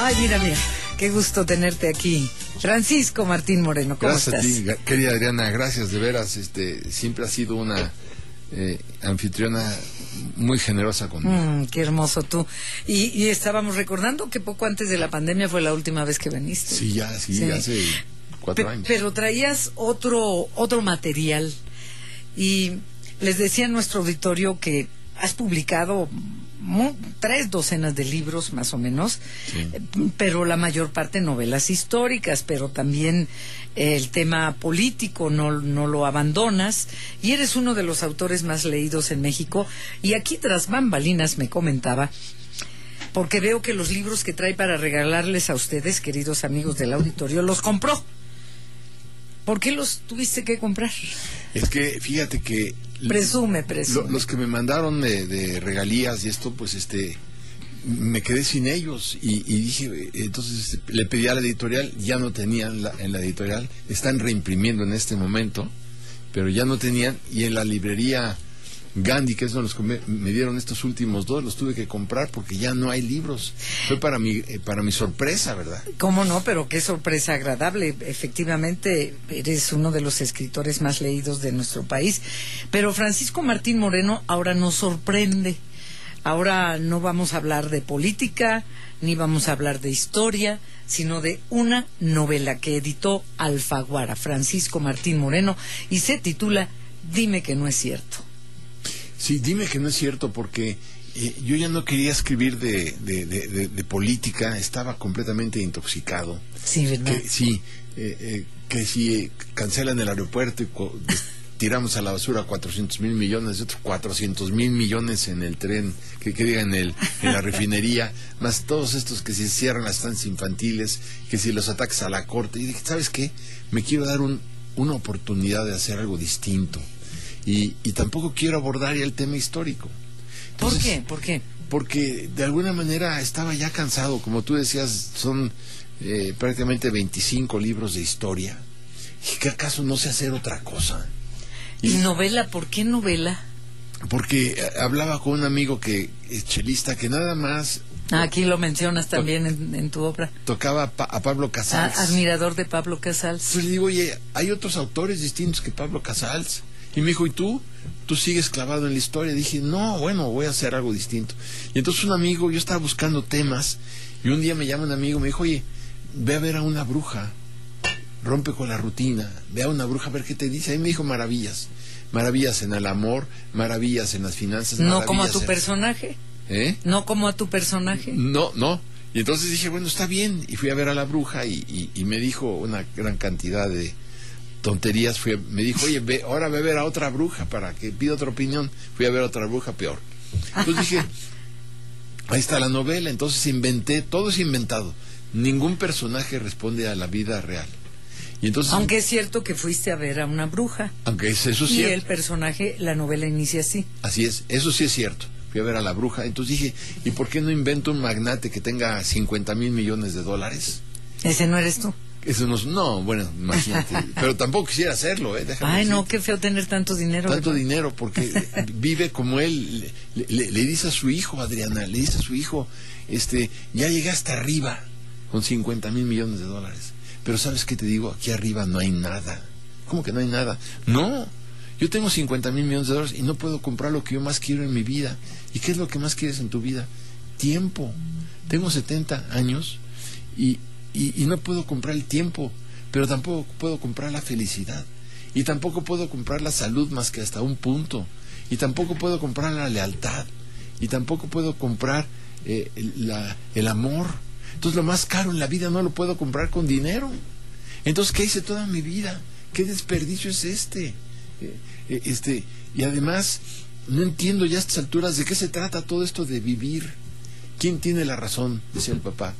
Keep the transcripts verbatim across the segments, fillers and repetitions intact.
Ay, mira, mira, qué gusto tenerte aquí. Francisco Martín Moreno, ¿cómo gracias estás? Gracias a ti, querida Adriana, gracias de veras. Este, siempre has sido una eh, anfitriona muy generosa conmigo. Mm, qué hermoso tú. Y, y estábamos recordando que poco antes de la pandemia fue la última vez que viniste. Sí, ya, sí, Sí. hace cuatro Pe- años. Pero traías otro, otro material. Y les decía a nuestro auditorio que has publicado mu- tres docenas de libros, más o menos, Sí. eh, pero la mayor parte novelas históricas, pero también eh, el tema político no, no lo abandonas, y eres uno de los autores más leídos en México. Y aquí tras bambalinas me comentaba, porque veo que los libros que trae para regalarles a ustedes, queridos amigos del auditorio, los compró. ¿Por qué los tuviste que comprar? Es que fíjate que Presume, presume. lo- los que me mandaron de, de regalías y esto, pues este, me quedé sin ellos y, y dije, entonces le pedí a la editorial, ya no tenían la, en la editorial, están reimprimiendo en este momento, pero ya no tenían, y en la librería Gandhi, que es donde los que me, me dieron estos últimos dos, los tuve que comprar porque ya no hay libros. Fue para mi, eh, para mi sorpresa, ¿verdad? ¿Cómo no? Pero qué sorpresa agradable. Efectivamente, eres uno de los escritores más leídos de nuestro país. Pero Francisco Martín Moreno ahora nos sorprende. Ahora no vamos a hablar de política, ni vamos a hablar de historia, sino de una novela que editó Alfaguara, Francisco Martín Moreno, y se titula Dime que no es cierto. Sí, dime que no es cierto, porque eh, yo ya no quería escribir de, de, de, de, de política, estaba completamente intoxicado. Sí, ¿verdad? Que, sí, eh, eh, que si eh, cancelan el aeropuerto y co- des- tiramos a la basura cuatrocientos mil millones, y otros cuatrocientos mil millones en el tren, que, que digan en, el, en la refinería, más todos estos que si cierran las estancias infantiles, que si los ataques a la corte. Y dije, ¿sabes qué? Me quiero dar un, una oportunidad de hacer algo distinto. Y, y tampoco quiero abordar ya el tema histórico. Entonces, ¿Por qué? ¿Por qué? Porque de alguna manera estaba ya cansado, como tú decías, son eh, prácticamente veinticinco libros de historia. ¿Y que acaso no sé hacer otra cosa? ¿Y novela? ¿Por qué novela? Porque eh, hablaba con un amigo que es chelista, que nada más Ah, aquí lo mencionas también en, en tu obra. tocaba pa- a Pablo Ah, Casals. admirador de Pablo Casals. Pues le digo, oye, hay otros autores distintos que Pablo Casals. Y me dijo, ¿y tú? ¿Tú sigues clavado en la historia? Dije, no, bueno, voy a hacer algo distinto. Y entonces un amigo, yo estaba buscando temas, y un día me llama un amigo, me dijo, oye, ve a ver a una bruja, rompe con la rutina, ve a una bruja a ver qué te dice. Ahí me dijo maravillas, maravillas en el amor, maravillas en las finanzas. No como a tu en... personaje. ¿Eh? No como a tu personaje. No, no. Y entonces dije, bueno, está bien. Y fui a ver a la bruja y, y, y me dijo una gran cantidad de tonterías. Fui a- me dijo, oye, ve, ahora ve a ver a otra bruja para que pida otra opinión. Fui a ver a otra bruja peor. Entonces dije, ahí está la novela. Entonces inventé, todo es inventado. Ningún personaje responde a la vida real. Y entonces, Aunque es cierto que fuiste a ver a una bruja. aunque es, eso sí Y es el personaje, la novela inicia así. así es, eso sí es cierto. Fui a ver a la bruja. Entonces dije, ¿y por qué no invento un magnate que tenga cincuenta mil millones de dólares? Ese no eres tú. Eso no, es- no, bueno, imagínate. Pero tampoco quisiera hacerlo, ¿eh? Déjame Ay, no, decirte. qué feo tener tanto dinero. Tanto ¿verdad? dinero, porque vive como él. Le, le- le dice a su hijo, Adriana, le dice a su hijo, este, ya llegué hasta arriba con cincuenta mil millones de dólares. Pero ¿sabes qué te digo? Aquí arriba no hay nada. ¿Cómo que no hay nada? No, yo tengo cincuenta mil millones de dólares y no puedo comprar lo que yo más quiero en mi vida. ¿Y qué es lo que más quieres en tu vida? Tiempo. Tengo setenta años y, y, y no puedo comprar el tiempo, pero tampoco puedo comprar la felicidad. Y tampoco puedo comprar la salud más que hasta un punto. Y tampoco puedo comprar la lealtad. Y tampoco puedo comprar eh, el, la, el amor. Entonces lo más caro en la vida no lo puedo comprar con dinero. Entonces, ¿qué hice toda mi vida? ¿Qué desperdicio es este? Eh, eh, este y además, no entiendo ya a estas alturas de qué se trata todo esto de vivir. ¿Quién tiene la razón? Decía el papá.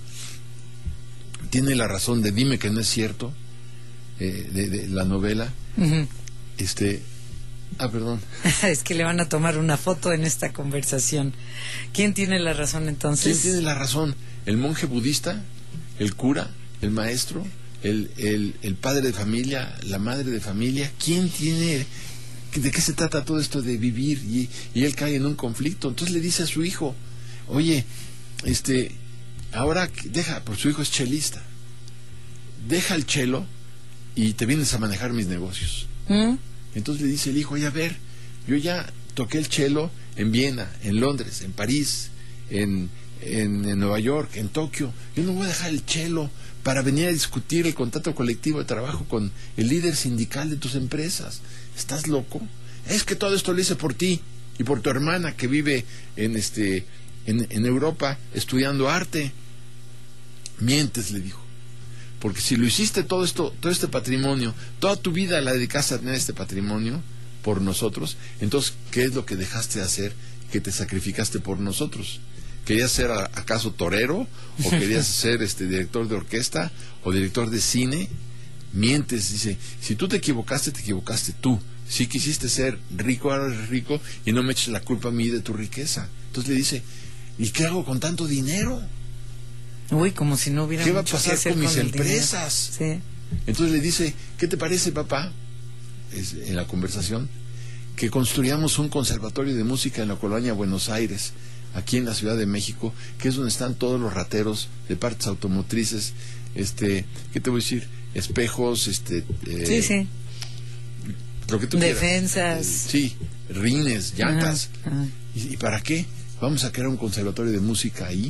Tiene la razón de dime que no es cierto, eh, de, de la novela. Ujú. Este, ah, perdón. Es que le van a tomar una foto en esta conversación. ¿Quién tiene la razón entonces? ¿Quién tiene la razón? ¿El monje budista? ¿El cura? ¿El maestro? ¿El, el, el padre de familia? ¿La madre de familia? ¿Quién tiene? ¿De qué se trata todo esto de vivir? Y, y él cae en un conflicto. Entonces le dice a su hijo, oye, este, ahora deja, pues su hijo es chelista, deja el chelo y te vienes a manejar mis negocios. ¿Mm? Entonces le dice el hijo, oye, a ver, yo ya toqué el chelo en Viena, en Londres, en París, en, en, en Nueva York, en Tokio. Yo no voy a dejar el chelo para venir a discutir el contrato colectivo de trabajo con el líder sindical de tus empresas. ¿Estás loco? Es que todo esto lo hice por ti y por tu hermana que vive en este en, en Europa estudiando arte. Mientes, le dijo, porque si lo hiciste todo esto, todo este patrimonio, toda tu vida la dedicaste a tener este patrimonio por nosotros, entonces ¿qué es lo que dejaste de hacer que te sacrificaste por nosotros? ¿Querías ser a, acaso torero? ¿O querías ser este director de orquesta o director de cine? Mientes, dice, si tú te equivocaste, te equivocaste tú. Si quisiste ser rico, ahora eres rico y no me eches la culpa a mí de tu riqueza. Entonces le dice, ¿y qué hago con tanto dinero? Uy, como si no hubiera ¿Qué va a mucho pasar que hacer con mis con el empresas? dinero. Sí. Entonces le dice, ¿qué te parece, papá? Es, en la conversación, que construyamos un conservatorio de música en la colonia Buenos Aires, aquí en la Ciudad de México, que es donde están todos los rateros de partes automotrices, este, ¿qué te voy a decir? Espejos, este, eh, sí, sí. Lo que tú defensas, quieras. Eh, sí, rines, llantas. Ajá, ajá. ¿Y, ¿Y para qué? Vamos a crear un conservatorio de música ahí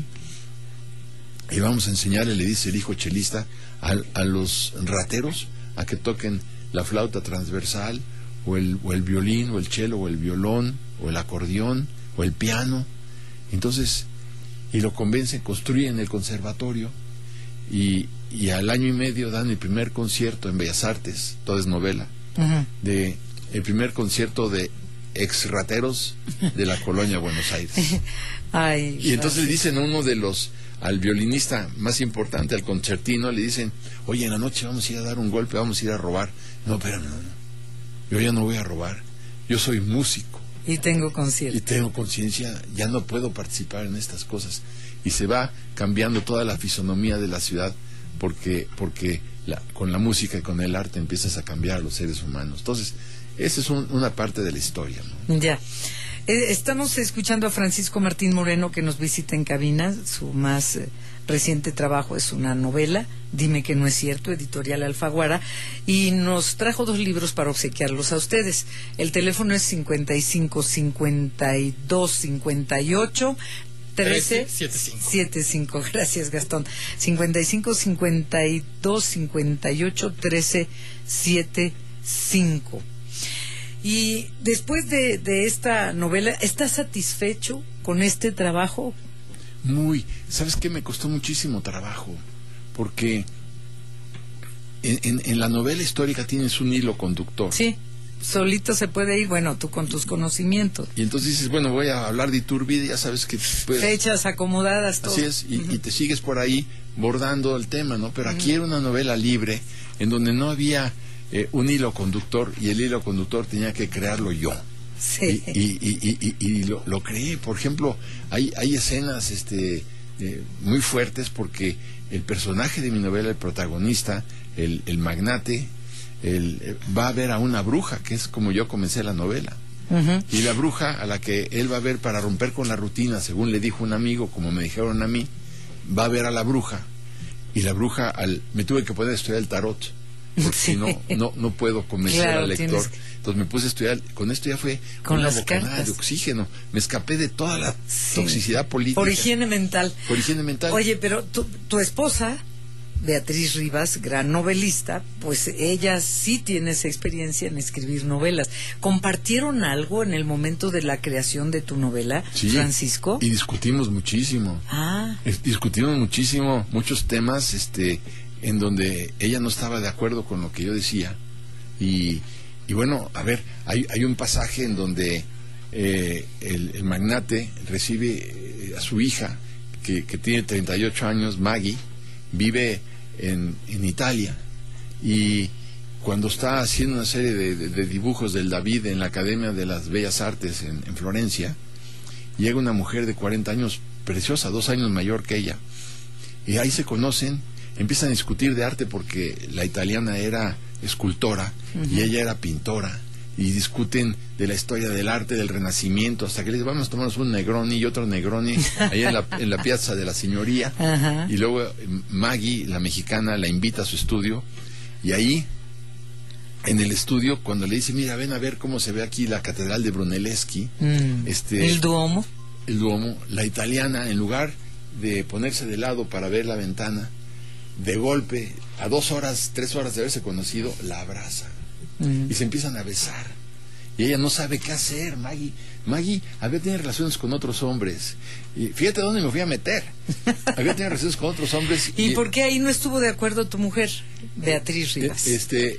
y vamos a enseñarle, le dice el hijo chelista, a, a los rateros a que toquen la flauta transversal o el, o el violín o el cello o el violón o el acordeón o el piano. Entonces, y lo convencen, construyen el conservatorio y, y al año y medio dan el primer concierto en Bellas Artes, todo es novela, uh-huh. de el primer concierto de ex rateros de la colonia Buenos Aires. Ay, y entonces le dicen a uno de los, al violinista más importante, al concertino, le dicen, oye, en la noche vamos a ir a dar un golpe, vamos a ir a robar. No, espérame, no, no. Yo ya no voy a robar, yo soy músico. Y tengo conciencia. Y tengo conciencia, ya no puedo participar en estas cosas. Y se va cambiando toda la fisonomía de la ciudad porque, porque la, con la música y con el arte empiezas a cambiar a los seres humanos. Entonces, esa es un, una parte de la historia, ¿no? Ya. Eh, estamos escuchando a Francisco Martín Moreno, que nos visita en cabina. Su más eh, reciente trabajo es una novela, Dime que no es cierto, editorial Alfaguara, y nos trajo dos libros para obsequiarlos a ustedes. El teléfono es cincuenta y cinco, cincuenta y dos, cincuenta y ocho, trece, setenta y cinco. Gracias, Gastón. cincuenta y cinco, cincuenta y dos, cincuenta y ocho, trece, setenta y cinco. Y después de, de esta novela, ¿estás satisfecho con este trabajo? Muy. ¿Sabes qué? Me costó muchísimo trabajo, porque en, en, en la novela histórica tienes un hilo conductor. Sí, solito se puede ir, bueno, tú con tus conocimientos. Y entonces dices, bueno, voy a hablar de Iturbide, ya sabes que... Pues, fechas acomodadas, todo. Así es, y, uh-huh. y te sigues por ahí bordando el tema, ¿no? Pero aquí uh-huh. era una novela libre, en donde no había... Eh, un hilo conductor, y el hilo conductor tenía que crearlo yo. Sí. Y, y, y, y, y, y lo, lo creé. Por ejemplo, hay, hay escenas este, eh, muy fuertes, porque el personaje de mi novela, el protagonista, el, el magnate, el, eh, va a ver a una bruja, que es como yo comencé la novela. Uh-huh. Y la bruja a la que él va a ver para romper con la rutina, según le dijo un amigo, como me dijeron a mí, va a ver a la bruja. Y la bruja, al, me tuve que poner a estudiar el tarot, porque sí. si no, no no puedo convencer claro, al lector. Que... Entonces me puse a estudiar, con esto ya fue con una las bocanada cartas de oxígeno, me escapé de toda la sí. toxicidad política. Por higiene mental. Por higiene mental. Oye, pero tu, tu esposa, Beatriz Rivas, gran novelista, pues ella sí tiene esa experiencia en escribir novelas. ¿Compartieron algo en el momento de la creación de tu novela, sí, Francisco? Y discutimos muchísimo. Ah. Es, discutimos muchísimo, muchos temas, este... en donde ella no estaba de acuerdo con lo que yo decía. Y, y bueno, a ver, hay, hay un pasaje en donde eh, el, el magnate recibe eh, a su hija, que, que tiene treinta y ocho años, Maggie, vive en, en Italia, y cuando está haciendo una serie de, de, de dibujos del David en la Academia de las Bellas Artes en, en Florencia, llega una mujer de cuarenta años, preciosa, dos años mayor que ella, y ahí se conocen. Empiezan a discutir de arte porque la italiana era escultora uh-huh. y ella era pintora, y discuten de la historia del arte, del Renacimiento, hasta que les vamos a tomarnos un Negroni y otro Negroni allá en la, en la Piazza de la Signoria. Ajá. Y luego Maggie, la mexicana, la invita a su estudio, y ahí en el estudio, cuando le dice, mira, ven a ver cómo se ve aquí la catedral de Brunelleschi, Mm. este, El Duomo. el Duomo, la italiana, en lugar de ponerse de lado para ver la ventana, de golpe, a dos horas, tres horas de haberse conocido, la abraza. Mm. Y se empiezan a besar. Y ella no sabe qué hacer. Maggie, Maggie había tenido relaciones con otros hombres. Y fíjate dónde me fui a meter. Había tenido relaciones con otros hombres. ¿Y, ¿Y por qué ahí no estuvo de acuerdo tu mujer, Beatriz Rivas? Este,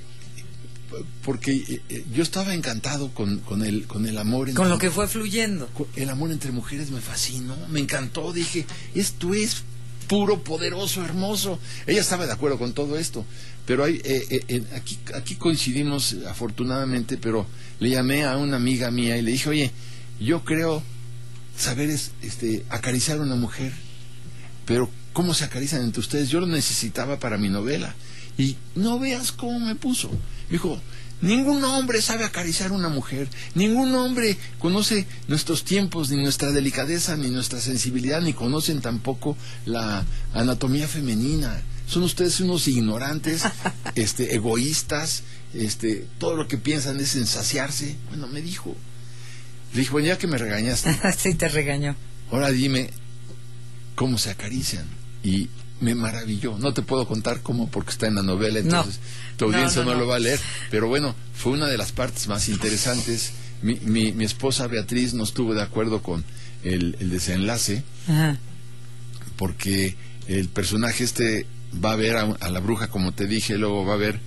porque yo estaba encantado con, con, el, con el amor. Con lo que fue fluyendo. El amor entre mujeres me fascinó, me encantó. Dije, esto es puro, poderoso, hermoso. Ella estaba de acuerdo con todo esto. Pero hay, eh, eh, aquí, aquí coincidimos afortunadamente, pero le llamé a una amiga mía y le dije, oye, yo creo saber es, este, acariciar a una mujer, pero ¿cómo se acarician entre ustedes? Yo lo necesitaba para mi novela. Y no veas cómo me puso. Me dijo, ningún hombre sabe acariciar a una mujer, ningún hombre conoce nuestros tiempos, ni nuestra delicadeza, ni nuestra sensibilidad, ni conocen tampoco la anatomía femenina. Son ustedes unos ignorantes, este, egoístas, este, todo lo que piensan es en saciarse. Bueno, me dijo. Le dije, bueno, ya que me regañaste. Sí, te regañó. Ahora dime cómo se acarician. Y me maravilló. No te puedo contar cómo porque está en la novela, entonces no, tu audiencia no, no, no, no lo va a leer. Pero bueno, fue una de las partes más interesantes. Mi, mi, mi esposa Beatriz no estuvo de acuerdo con el, el desenlace. Ajá. Porque el personaje este va a ver a, a la bruja, como te dije, luego va a ver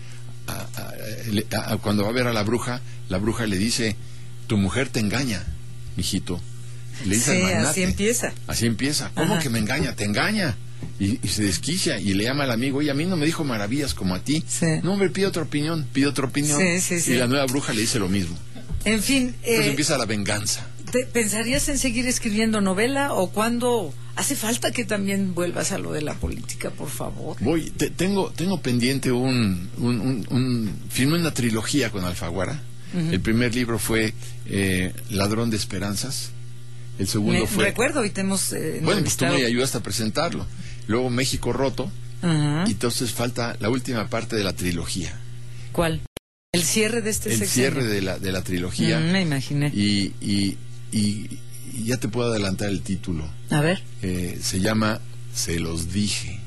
a, a, a, cuando va a ver a la bruja, la bruja le dice, tu mujer te engaña, mijito. Le dice sí, al magnate, así empieza. Así empieza. ¿Cómo Ajá. que me engaña? Te engaña. Y, y se desquicia y le llama al amigo, y a mí no me dijo maravillas como a ti. Sí. No, hombre, pide otra opinión, pide otra opinión. Sí, sí, sí. Y la nueva bruja le dice lo mismo. En fin. Entonces eh, empieza la venganza. ¿te ¿Pensarías en seguir escribiendo novela o cuándo hace falta que también vuelvas a lo de la política, por favor? Voy, te, tengo tengo pendiente un, un, un, un firmé una trilogía con Alfaguara. Uh-huh. El primer libro fue eh, Ladrón de Esperanzas. El segundo me, fue... Recuerdo, y te hemos eh, Bueno, pues tú me ayudaste a presentarlo. Luego México Roto. Uh-huh. Y entonces falta la última parte de la trilogía. ¿Cuál? El cierre de este El sexenio. cierre de la, de la trilogía. Mm, me imaginé. Y, y, y, y ya te puedo adelantar el título. A ver. Eh, se llama Se los dije.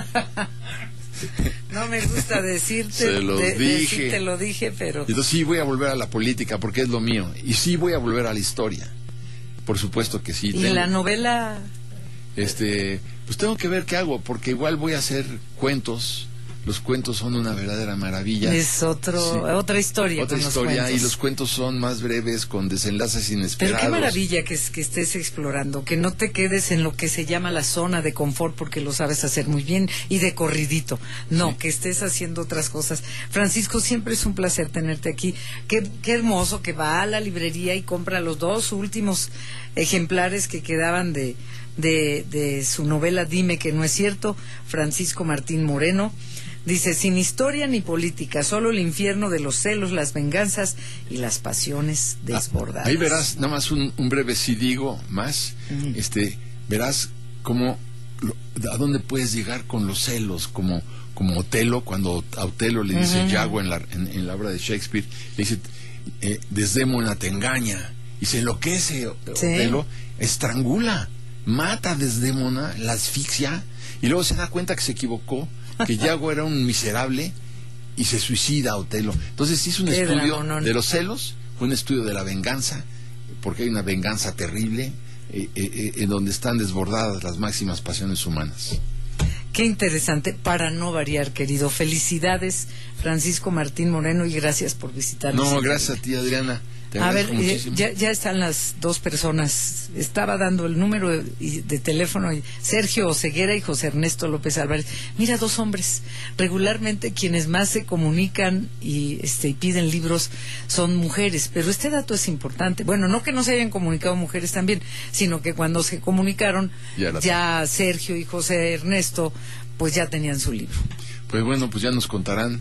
No me gusta decirte, Se los de, dije. Te lo dije, pero... Entonces sí voy a volver a la política porque es lo mío. Y sí voy a volver a la historia. Por supuesto que sí. ¿Y tengo, la novela? Este, pues tengo que ver qué hago, porque igual voy a hacer cuentos. Los cuentos son una verdadera maravilla. Es otro, sí. otra historia. Otra historia, los y los cuentos son más breves, con desenlaces inesperados. Pero qué maravilla que, que estés explorando, que no te quedes en lo que se llama la zona de confort, porque lo sabes hacer muy bien, y de corridito. No, sí. que estés haciendo otras cosas. Francisco, siempre es un placer tenerte aquí. Qué, qué hermoso que va a la librería y compra los dos últimos ejemplares que quedaban de, de, de su novela Dime que no es cierto, Francisco Martín Moreno. Dice, sin historia ni política, solo el infierno de los celos, las venganzas y las pasiones desbordadas. Ahí verás, nada más un, un breve si digo más, uh-huh. este, verás cómo, lo, a dónde puedes llegar con los celos, como, como Otelo, cuando a Otelo le dice uh-huh. Yago en la, en, en la obra de Shakespeare, le dice, eh, Desdémona te engaña, y se enloquece Otelo, sí. estrangula, mata a Desdémona, la asfixia, y luego se da cuenta que se equivocó, que Yago era un miserable y se suicida Otelo. Entonces hizo un Qué estudio dragonón. de los celos, un estudio de la venganza, porque hay una venganza terrible eh, eh, en donde están desbordadas las máximas pasiones humanas. Qué interesante, para no variar, querido. Felicidades, Francisco Martín Moreno, y gracias por visitarnos. No, gracias a ti, Adriana. Te a ver, eh, ya, ya están las dos personas. Estaba dando el número de, de teléfono, Sergio Oseguera y José Ernesto López Álvarez. Mira, dos hombres. Regularmente quienes más se comunican y, este, y piden libros son mujeres, pero este dato es importante. Bueno, no que no se hayan comunicado mujeres también, sino que cuando se comunicaron, ya, ya Sergio y José Ernesto, pues ya tenían su libro. Pues bueno, pues ya nos contarán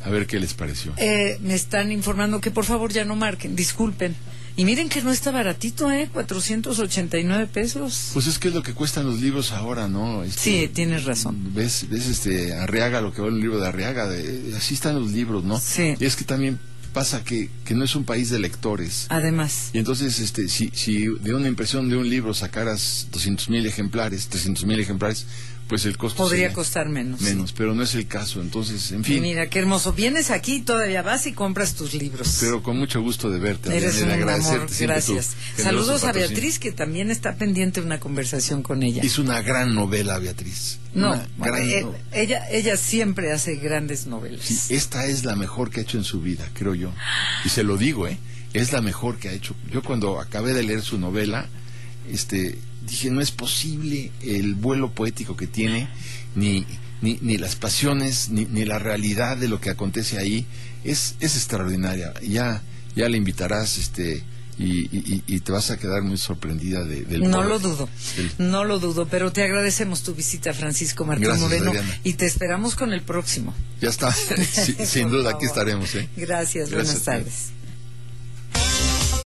A ver qué les pareció. Eh, me están informando que por favor ya no marquen, disculpen. Y miren que no está baratito, ¿eh? cuatrocientos ochenta y nueve pesos. Pues es que es lo que cuestan los libros ahora, ¿no? Este, sí, tienes razón. Ves, ves este, Arriaga, lo que vale un libro de Arriaga, de, así están los libros, ¿no? Sí. Y es que también pasa que, que no es un país de lectores. Además. Y entonces, este, si, si de una impresión de un libro sacaras doscientos mil ejemplares, trescientos mil ejemplares, pues el costo podría sería costar menos. Menos, sí. Pero no es el caso, entonces, en fin. Mira, qué hermoso. Vienes aquí, todavía vas y compras tus libros. Pero con mucho gusto de verte. Eres un amor, gracias. Saludos a patrocinio. Beatriz, que también está pendiente de una conversación con ella. Hizo una gran novela, Beatriz. No, una bueno, gran eh, no... ella, ella siempre hace grandes novelas. Sí, esta es la mejor que ha hecho en su vida, creo yo. Y se lo digo, ¿eh? Es la mejor que ha hecho. Yo cuando acabé de leer su novela, este, dije, no es posible el vuelo poético que tiene, ni, ni, ni las pasiones, ni, ni la realidad de lo que acontece ahí. Es, es extraordinaria. Ya, ya le invitarás, este... Y, y, y te vas a quedar muy sorprendida de, del no poder, lo dudo del... no lo dudo, pero te agradecemos tu visita, Francisco Martín Gracias, Moreno, Adriana. Y te esperamos con el próximo. Ya está, sí, sin duda aquí estaremos, ¿eh? Gracias, Gracias, buenas tardes.